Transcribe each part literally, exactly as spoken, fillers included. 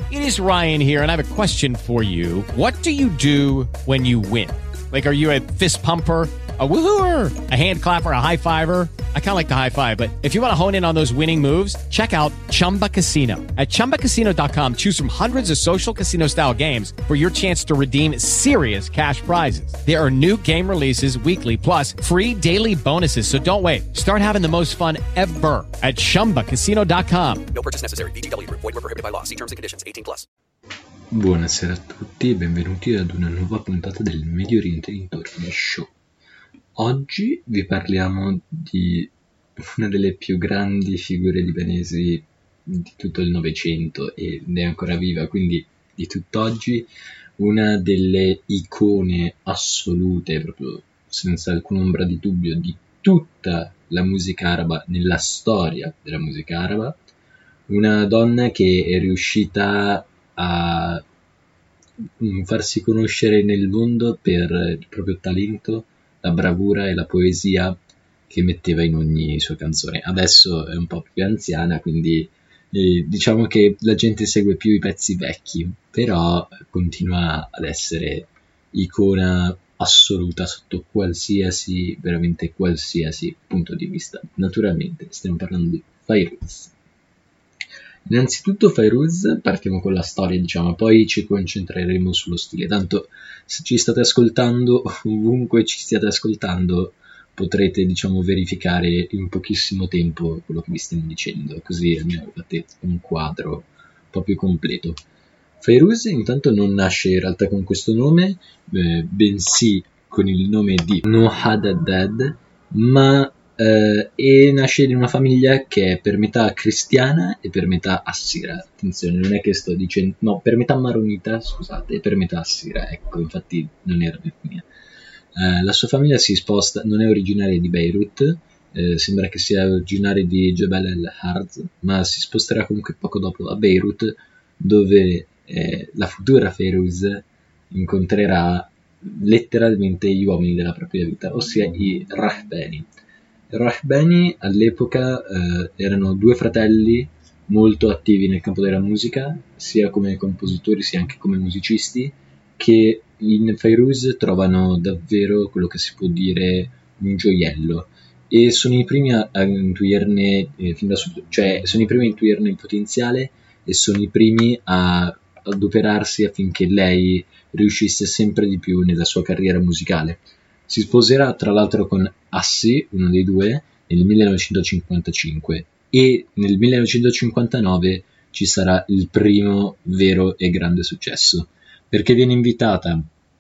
It is Ryan here, and I have a question for you. What do you do when you win? Like, are you a fist pumper, a woohooer, a hand clapper, a high fiver? I kind of like the high five, but if you want to hone in on those winning moves, check out Chumba Casino. At chumba casino dot com, choose from hundreds of social casino style games for your chance to redeem serious cash prizes. There are new game releases weekly, plus free daily bonuses. So don't wait. Start having the most fun ever at chumba casino dot com. No purchase necessary. V G W Group. Void where prohibited by law. See terms and conditions. eighteen plus. Buonasera a tutti e benvenuti ad una nuova puntata del Medio Oriente Dintorni Show. Oggi vi parliamo di una delle più grandi figure libanesi di tutto il Novecento ed è ancora viva, quindi di tutt'oggi, una delle icone assolute, proprio senza alcuna ombra di dubbio, di tutta la musica araba, nella storia della musica araba, una donna che è riuscita a farsi conoscere nel mondo per il proprio talento, la bravura e la poesia che metteva in ogni sua canzone. Adesso è un po' più anziana, quindi eh, diciamo che la gente segue più i pezzi vecchi, però continua ad essere icona assoluta sotto qualsiasi, veramente qualsiasi punto di vista. Naturalmente stiamo parlando di Fairuz. Innanzitutto Fairuz, partiamo con la storia, diciamo, poi ci concentreremo sullo stile. Tanto se ci state ascoltando, ovunque ci stiate ascoltando, potrete, diciamo, verificare in pochissimo tempo quello che vi stiamo dicendo, così almeno avete un quadro un po' più completo. Fairuz intanto non nasce in realtà con questo nome, eh, bensì con il nome di Nohad, ma Uh, e nasce in una famiglia che è per metà cristiana e per metà assira. Attenzione, non è che sto dicendo, no, per metà maronita, scusate, e per metà assira, ecco, infatti non era mia. Uh, la sua famiglia si sposta, non è originaria di Beirut, uh, sembra che sia originaria di Jebel el-Harz, ma si sposterà comunque poco dopo a Beirut, dove eh, la futura Fairuz incontrerà letteralmente gli uomini della propria vita, ossia i Rahbani. I Rahbani all'epoca eh, erano due fratelli molto attivi nel campo della musica, sia come compositori sia anche come musicisti, che in Fairuz trovano davvero quello che si può dire un gioiello, e sono i primi a, a intuirne eh, fin da subito, cioè sono i primi a intuirne il potenziale e sono i primi a adoperarsi affinché lei riuscisse sempre di più nella sua carriera musicale. Si sposerà tra l'altro con Assi, uno dei due, nel millenovecentocinquantacinque, e nel millenovecentocinquantanove ci sarà il primo vero e grande successo, perché viene invitata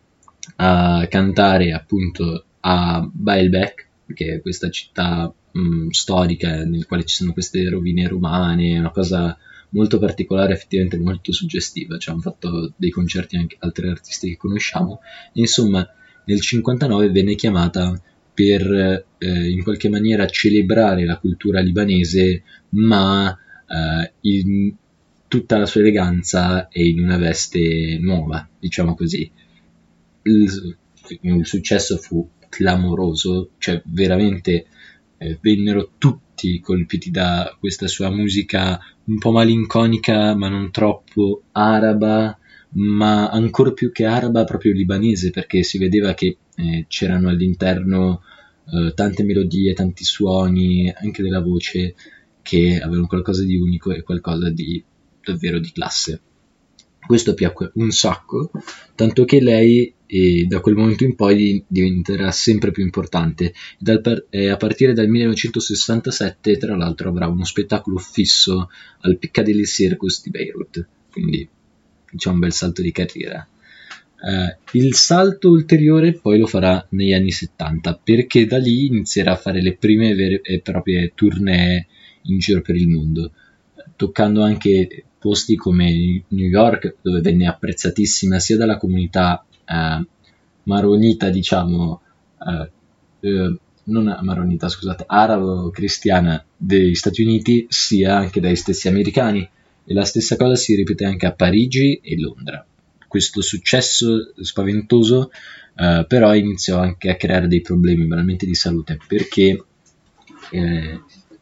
a cantare appunto a Baalbek, che è questa città mh, storica nel quale ci sono queste rovine romane, una cosa molto particolare, effettivamente molto suggestiva. Ci hanno fatto dei concerti anche altri artisti che conosciamo, e insomma nel cinquantanove venne chiamata per eh, in qualche maniera celebrare la cultura libanese, ma eh, in tutta la sua eleganza e in una veste nuova, diciamo così. Il, il successo fu clamoroso, cioè veramente eh, vennero tutti colpiti da questa sua musica un po' malinconica, ma non troppo araba, ma ancora più che araba proprio libanese, perché si vedeva che eh, c'erano all'interno eh, tante melodie, tanti suoni, anche della voce, che avevano qualcosa di unico e qualcosa di davvero di classe. Questo piacque un sacco, tanto che lei eh, da quel momento in poi diventerà sempre più importante. Dal par- eh, a partire dal millenovecentosessantasette, tra l'altro, avrà uno spettacolo fisso al Piccadilly Circus di Beirut, quindi c'è un bel salto di carriera. Uh, il salto ulteriore poi lo farà negli anni settanta, perché da lì inizierà a fare le prime vere e proprie tournée in giro per il mondo, toccando anche posti come New York, dove venne apprezzatissima sia dalla comunità uh, maronita, diciamo uh, uh, non maronita, scusate, arabo-cristiana degli Stati Uniti, sia anche dai stessi americani. E la stessa cosa si ripete anche a Parigi e Londra. Questo successo spaventoso eh, però iniziò anche a creare dei problemi veramente di salute, perché eh,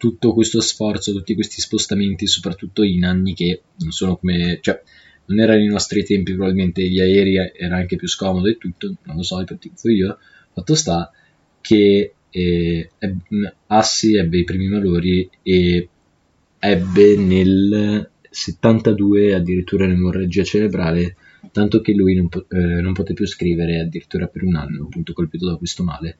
tutto questo sforzo, tutti questi spostamenti, soprattutto in anni che non sono come, cioè non erano i nostri tempi, probabilmente gli aerei era anche più scomodo e tutto, non lo so, ipotizzo io. Fatto sta che eh, Assi ebbe i primi malori e ebbe nel settantadue addirittura un'emorragia cerebrale, tanto che lui non, po- eh, non poté più scrivere addirittura per un anno, appunto colpito da questo male.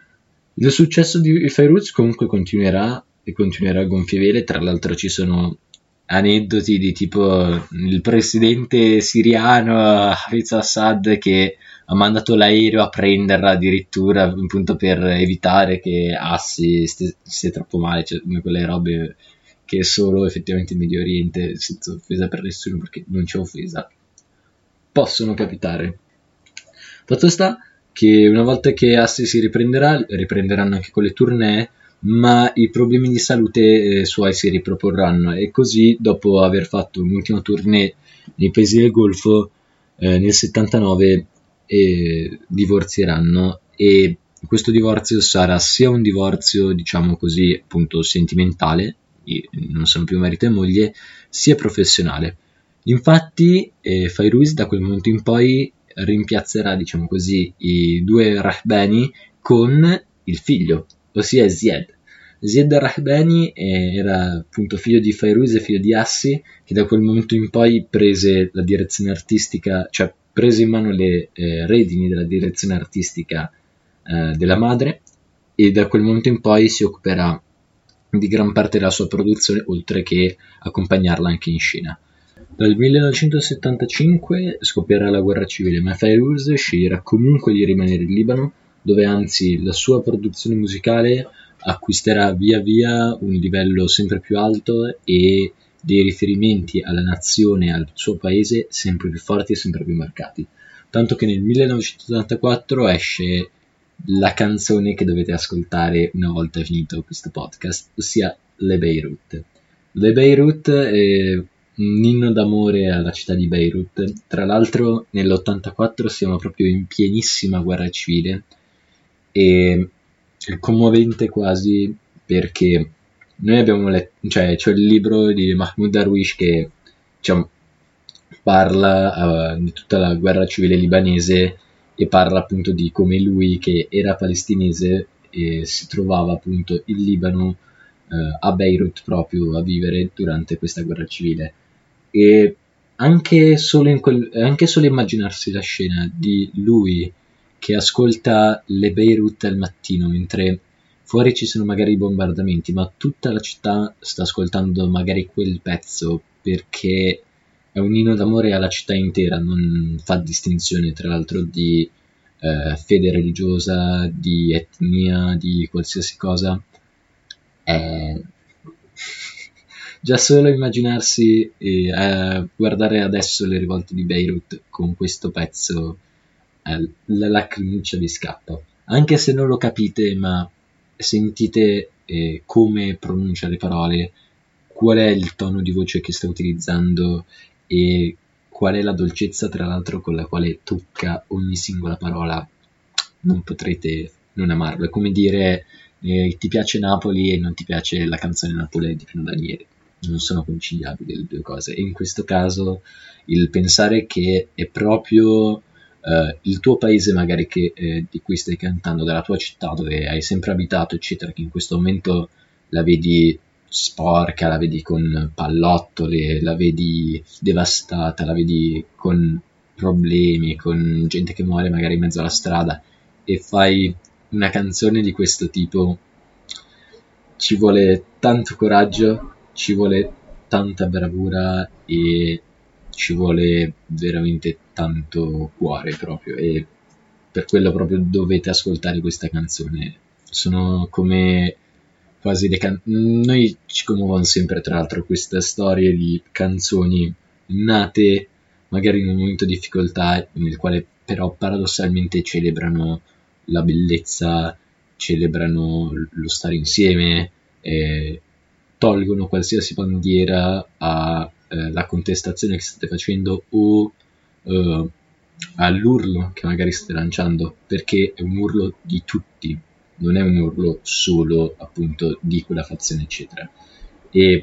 Il successo di Fairuz comunque continuerà e continuerà a gonfie vele. Tra l'altro ci sono aneddoti di tipo il presidente siriano Hafez Assad che ha mandato l'aereo a prenderla addirittura appunto per evitare che Assi stia troppo male, cioè quelle robe che solo effettivamente in Medio Oriente, senza offesa per nessuno perché non c'è offesa, possono capitare. Fatto sta che una volta che Assi si riprenderà, riprenderanno anche con le tournée, ma i problemi di salute eh, suoi si riproporranno, e così dopo aver fatto un'ultima tournée nei paesi del Golfo eh, nel settantanove eh, divorzieranno, e questo divorzio sarà sia un divorzio, diciamo così, appunto sentimentale, non sono più marito e moglie, sia professionale. Infatti eh, Fairuz da quel momento in poi rimpiazzerà, diciamo così, i due Rahbani con il figlio, ossia Zied. Zied Rahbani era appunto figlio di Fairuz e figlio di Assi, che da quel momento in poi prese la direzione artistica, cioè prese in mano le eh, redini della direzione artistica eh, della madre, e da quel momento in poi si occuperà di gran parte della sua produzione, oltre che accompagnarla anche in scena. Dal millenovecentosettantacinque scoppierà la guerra civile, ma Fairuz sceglierà comunque di rimanere in Libano, dove anzi la sua produzione musicale acquisterà via via un livello sempre più alto e dei riferimenti alla nazione, al suo paese, sempre più forti e sempre più marcati. Tanto che nel millenovecentottantaquattro esce la canzone che dovete ascoltare una volta finito questo podcast, ossia Le Beirut. Le Beirut è un inno d'amore alla città di Beirut. Tra l'altro nell'ottantaquattro siamo proprio in pienissima guerra civile, e è commovente quasi perché noi abbiamo letto, cioè c'è il libro di Mahmoud Darwish che diciamo, parla uh, di tutta la guerra civile libanese, e parla appunto di come lui, che era palestinese e si trovava appunto in Libano, uh, a Beirut proprio a vivere durante questa guerra civile. E anche solo, in quel, anche solo immaginarsi la scena di lui che ascolta le Beirut al mattino mentre fuori ci sono magari i bombardamenti, ma tutta la città sta ascoltando magari quel pezzo perché è un inno d'amore alla città intera, non fa distinzione tra l'altro di eh, fede religiosa, di etnia, di qualsiasi cosa. È già solo immaginarsi e eh, guardare adesso le rivolte di Beirut con questo pezzo, eh, la lacrimuccia vi scappa, anche se non lo capite, ma sentite eh, come pronuncia le parole, qual è il tono di voce che sta utilizzando e qual è la dolcezza tra l'altro con la quale tocca ogni singola parola. Non potrete non amarlo. È come dire eh, ti piace Napoli e non ti piace la canzone Napoli di Pino Daniele. Non sono conciliabili le due cose, e in questo caso il pensare che è proprio Uh, il tuo paese magari che, eh, di cui stai cantando, della tua città dove hai sempre abitato eccetera, che in questo momento la vedi sporca, la vedi con pallottole, la vedi devastata, la vedi con problemi, con gente che muore magari in mezzo alla strada, e fai una canzone di questo tipo, ci vuole tanto coraggio, ci vuole tanta bravura e ci vuole veramente tanto cuore proprio, e per quello proprio dovete ascoltare questa canzone. Sono come quasi le can- noi ci commuovono sempre tra l'altro queste storie di canzoni nate magari in un momento di difficoltà, nel quale però paradossalmente celebrano la bellezza, celebrano lo stare insieme, eh, tolgono qualsiasi bandiera a eh, la contestazione che state facendo o eh, all'urlo che magari state lanciando, perché è un urlo di tutti, non è un urlo solo appunto di quella fazione eccetera. E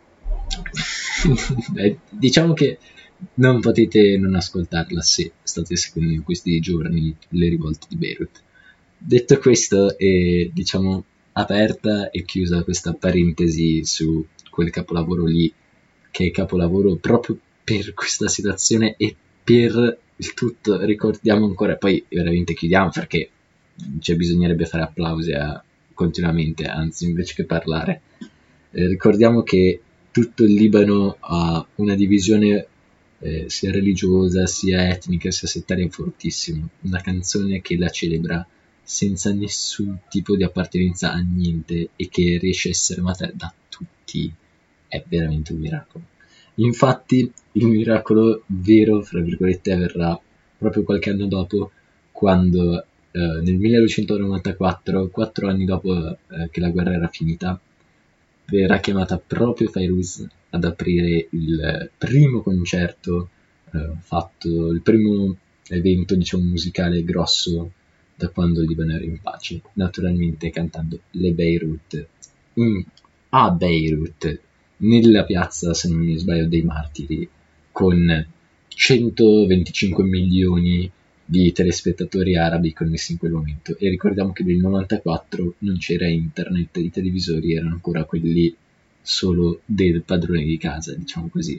diciamo che non potete non ascoltarla se state seguendo in questi giorni le rivolte di Beirut. Detto questo, è diciamo aperta e chiusa questa parentesi su quel capolavoro lì, che è capolavoro proprio per questa situazione e per il tutto. Ricordiamo ancora, poi veramente chiudiamo perché cioè, bisognerebbe fare applausi a, continuamente, anzi invece che parlare. Eh, ricordiamo che tutto il Libano ha una divisione eh, sia religiosa, sia etnica, sia settaria fortissima. Una canzone che la celebra senza nessun tipo di appartenenza a niente e che riesce a essere amata da tutti. È veramente un miracolo. Infatti il miracolo vero, fra virgolette, avverrà proprio qualche anno dopo, quando eh, nel millenovecentonovantaquattro, quattro anni dopo eh, che la guerra era finita, verrà chiamata proprio Fairuz ad aprire il primo concerto eh, fatto, il primo evento diciamo musicale grosso da quando il Libano era in pace, naturalmente cantando le Beirut in, a Beirut, nella piazza, se non mi sbaglio, dei Martiri, con centoventicinque milioni di telespettatori arabi connessi in quel momento. E ricordiamo che nel novantaquattro non c'era internet, i televisori erano ancora quelli solo del padrone di casa, diciamo così.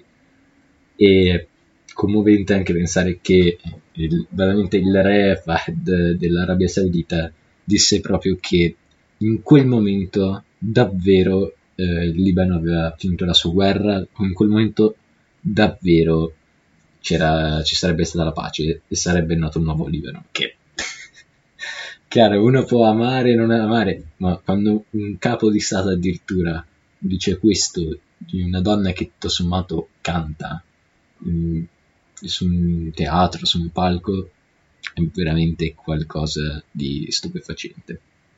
E commovente anche pensare che il, veramente il re Fahd dell'Arabia Saudita disse proprio che in quel momento davvero eh, il Libano aveva finito la sua guerra, in quel momento davvero c'era, ci sarebbe stata la pace e sarebbe nato un nuovo Libano. Che chiaro, uno può amare e non amare, ma quando un capo di stato addirittura dice questo di una donna che tutto sommato canta mh, su un teatro, su un palco, è veramente qualcosa di stupefacente.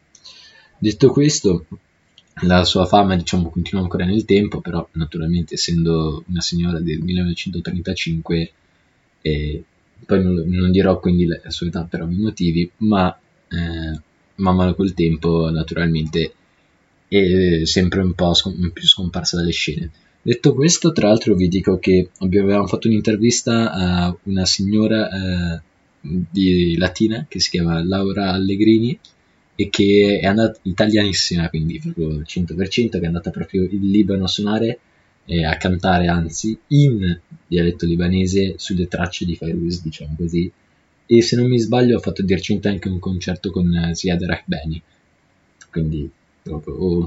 Detto questo, la sua fama diciamo continua ancora nel tempo, però naturalmente essendo una signora del millenovecentotrentacinque, eh, poi non, non dirò quindi la sua età per ovvi motivi, ma eh, man mano col tempo naturalmente è sempre un po' scom- più scomparsa dalle scene. Detto questo, tra l'altro vi dico che avevamo fatto un'intervista a una signora eh, di latina che si chiama Laura Allegrini e che è andata italianissima, quindi proprio cento per cento, che è andata proprio in Libano a suonare e a cantare, anzi in dialetto libanese sulle tracce di Fairuz, diciamo così, e se non mi sbaglio ha fatto di recente anche un concerto con Ziad Rahbani, quindi proprio oh.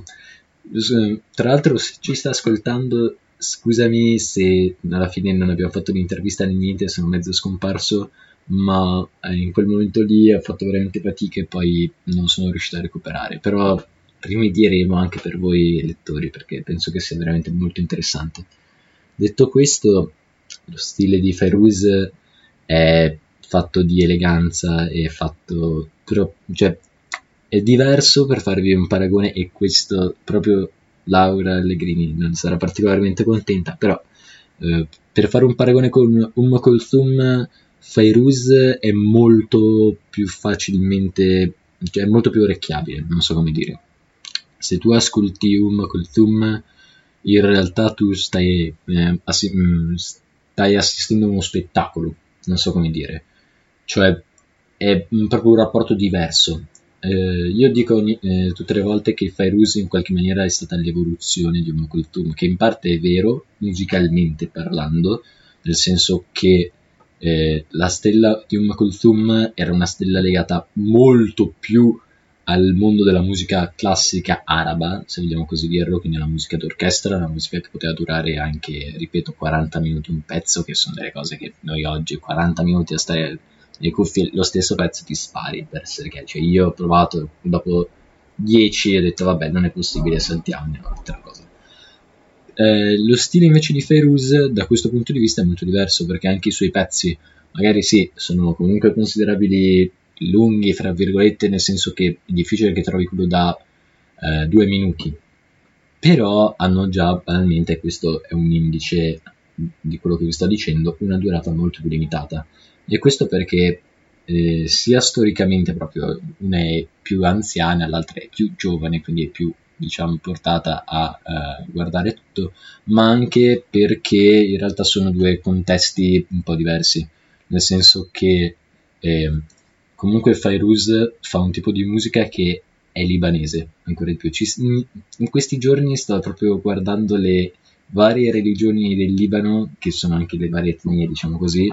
Tra l'altro se ci sta ascoltando, scusami se alla fine non abbiamo fatto l'intervista né niente, sono mezzo scomparso, ma in quel momento lì ho fatto veramente fatica e poi non sono riuscito a recuperare, però rimedieremo anche per voi lettori perché penso che sia veramente molto interessante. Detto questo, lo stile di Fairuz è fatto di eleganza, è fatto però, cioè, è diverso. Per farvi un paragone, e questo proprio Laura Allegrini non sarà particolarmente contenta, però eh, per fare un paragone con Umm Kulthum, Fairuz è molto più facilmente, cioè è molto più orecchiabile, non so come dire. Se tu ascolti Umm Kulthum, in realtà tu stai, eh, assi- stai assistendo a uno spettacolo, non so come dire, cioè è proprio un rapporto diverso. Eh, io dico eh, tutte le volte che Fairuz in qualche maniera è stata l'evoluzione di Umm Kulthum, che in parte è vero musicalmente parlando, nel senso che eh, la stella di Umm Kulthum era una stella legata molto più al mondo della musica classica araba, se vogliamo così dirlo, quindi la musica d'orchestra, una musica che poteva durare anche, ripeto, quaranta minuti un pezzo, che sono delle cose che noi oggi quaranta minuti a stare nei cuffie, lo stesso pezzo ti spari, per essere che, cioè io ho provato dopo dieci e ho detto vabbè non è possibile, saltiamo un'altra cosa. Eh, lo stile invece di Fairuz da questo punto di vista è molto diverso, perché anche i suoi pezzi magari sì, sono comunque considerabili lunghi, fra virgolette, nel senso che è difficile che trovi quello da eh, due minuti, però hanno già banalmente, questo è un indice di quello che vi sto dicendo, una durata molto più limitata. E questo perché eh, sia storicamente proprio, una è più anziana, l'altra è più giovane, quindi è più, diciamo, portata a uh, guardare tutto, ma anche perché in realtà sono due contesti un po' diversi, nel senso che eh, comunque Fairuz fa un tipo di musica che è libanese, ancora di più. Ci, in questi giorni sto proprio guardando le varie religioni del Libano, che sono anche le varie etnie, diciamo così,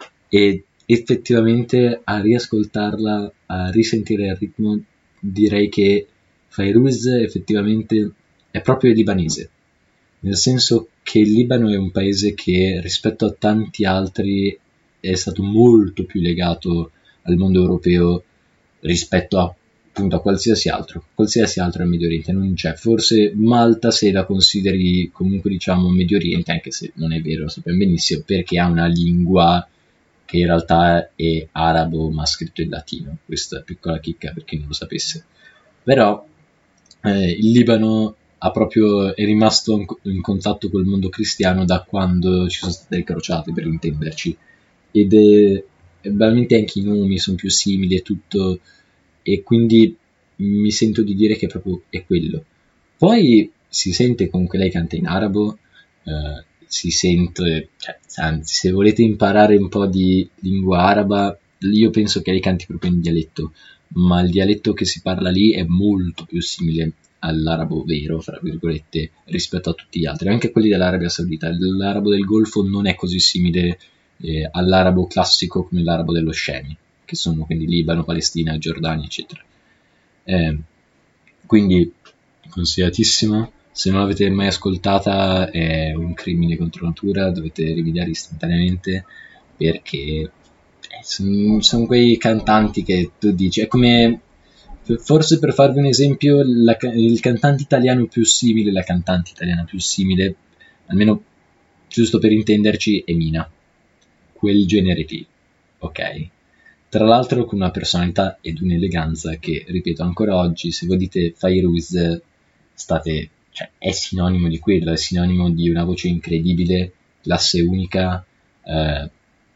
e effettivamente a riascoltarla, a risentire il ritmo, direi che Fairuz effettivamente è proprio libanese, nel senso che il Libano è un paese che rispetto a tanti altri è stato molto più legato al mondo europeo rispetto a, appunto, a qualsiasi altro, qualsiasi altro al Medio Oriente non c'è. Forse Malta, se la consideri comunque, diciamo, Medio Oriente, anche se non è vero, lo sappiamo benissimo, perché ha una lingua che in realtà è arabo ma scritto in latino, questa piccola chicca per chi non lo sapesse. Però eh, il Libano ha proprio, è rimasto in, in contatto col mondo cristiano da quando ci sono state le crociate, per intenderci, ed è, è veramente anche i nomi sono più simili e tutto, e quindi mi sento di dire che proprio è quello. Poi si sente comunque lei canta in arabo, eh, si sente, cioè, anzi, se volete imparare un po' di lingua araba, io penso che lei canti proprio in dialetto, ma il dialetto che si parla lì è molto più simile all'arabo vero, fra virgolette, rispetto a tutti gli altri, anche quelli dell'Arabia Saudita. L'arabo del Golfo non è così simile eh, all'arabo classico come l'arabo dello Scemi, che sono quindi Libano, Palestina, Giordania, eccetera. Eh, quindi consigliatissimo. Se non l'avete mai ascoltata è un crimine contro natura, dovete rimediare istantaneamente, perché eh, sono, sono quei cantanti che tu dici, è come, forse per farvi un esempio, la, il cantante italiano più simile, la cantante italiana più simile, almeno giusto per intenderci, è Mina, quel genere lì, ok? Tra l'altro con una personalità ed un'eleganza che, ripeto, ancora oggi, se voi dite Fairuz, state, cioè, è sinonimo di quello, è sinonimo di una voce incredibile, classe unica, eh,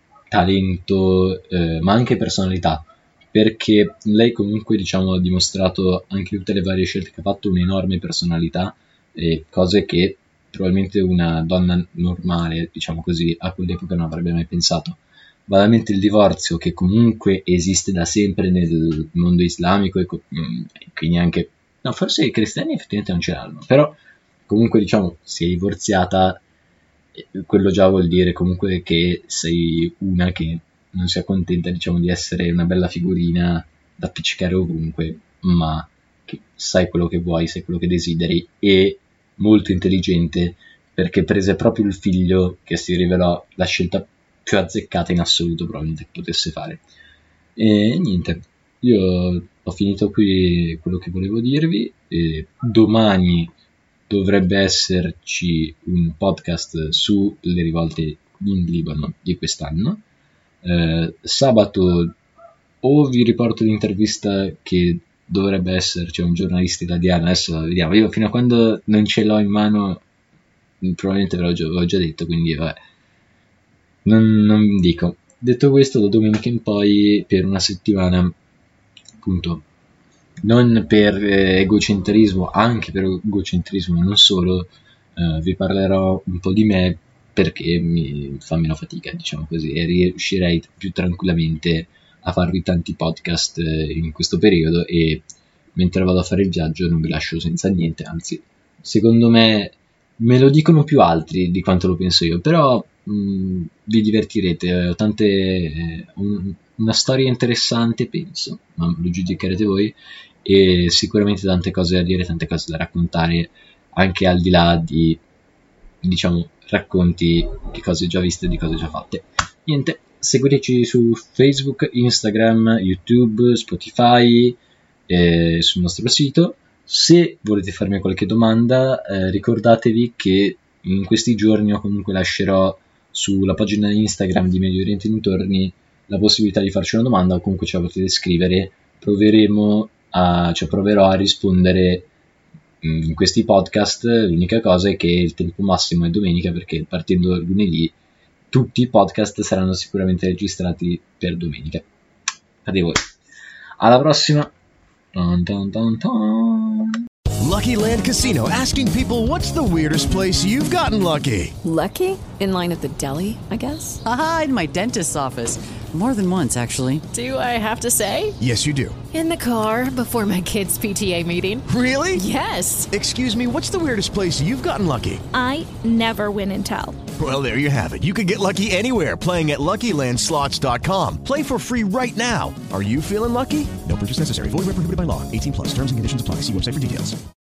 talento, eh, ma anche personalità, perché lei comunque, diciamo, ha dimostrato anche in tutte le varie scelte che ha fatto un'enorme personalità, e cose che probabilmente una donna normale, diciamo così, a quell'epoca non avrebbe mai pensato. Veramente il divorzio, che comunque esiste da sempre nel mondo islamico, e quindi anche, no, forse i cristiani effettivamente non ce l'hanno, però comunque, diciamo, si è divorziata, quello già vuol dire comunque che sei una che non si accontenta, diciamo, di essere una bella figurina da appiccicare ovunque, ma che sai quello che vuoi, sai quello che desideri, e molto intelligente, perché prese proprio il figlio che si rivelò la scelta più azzeccata in assoluto probabilmente che potesse fare. E niente, io ho finito qui quello che volevo dirvi, e domani dovrebbe esserci un podcast sulle rivolte in Libano di quest'anno. Eh, sabato o vi riporto l'intervista che dovrebbe esserci un giornalista italiano, adesso vediamo, io fino a quando non ce l'ho in mano probabilmente ve l'ho già, ve l'ho già detto, quindi vabbè, non, non dico. Detto questo, da domenica in poi per una settimana, appunto, non per eh, egocentrismo, anche per egocentrismo, non solo, eh, vi parlerò un po' di me, perché mi fa meno fatica, diciamo così, e riuscirei più tranquillamente a farvi tanti podcast eh, in questo periodo, e mentre vado a fare il viaggio non vi lascio senza niente, anzi, secondo me me lo dicono più altri di quanto lo penso io, però mh, vi divertirete, ho tante eh, un, una storia interessante, penso, ma lo giudicherete voi, e sicuramente tante cose da dire, tante cose da raccontare, anche al di là di, diciamo, racconti di cose già viste e di cose già fatte. Niente, seguiteci su Facebook, Instagram, YouTube, Spotify, eh, sul nostro sito. Se volete farmi qualche domanda, eh, ricordatevi che in questi giorni o comunque lascerò sulla pagina Instagram di Medio Oriente dintorni la possibilità di farci una domanda, o comunque ce la potete scrivere. Proveremo a, cioè proverò a rispondere in questi podcast. L'unica cosa è che il tempo massimo è domenica, perché partendo lunedì tutti i podcast saranno sicuramente registrati per domenica. di voi. Alla prossima. Dun dun dun dun. Lucky Land Casino, asking people, what's the weirdest place you've gotten lucky? Lucky? In line at the deli, I guess? Aha, in my dentist's office. More than once, actually. Do I have to say? Yes, you do. In the car before my kids' P T A meeting. Really? Yes. Excuse me, what's the weirdest place you've gotten lucky? I never win and tell. Well, there you have it. You can get lucky anywhere, playing at Lucky Land Slots dot com. Play for free right now. Are you feeling lucky? No purchase necessary. Void where prohibited by law. eighteen plus. Terms and conditions apply. See website for details.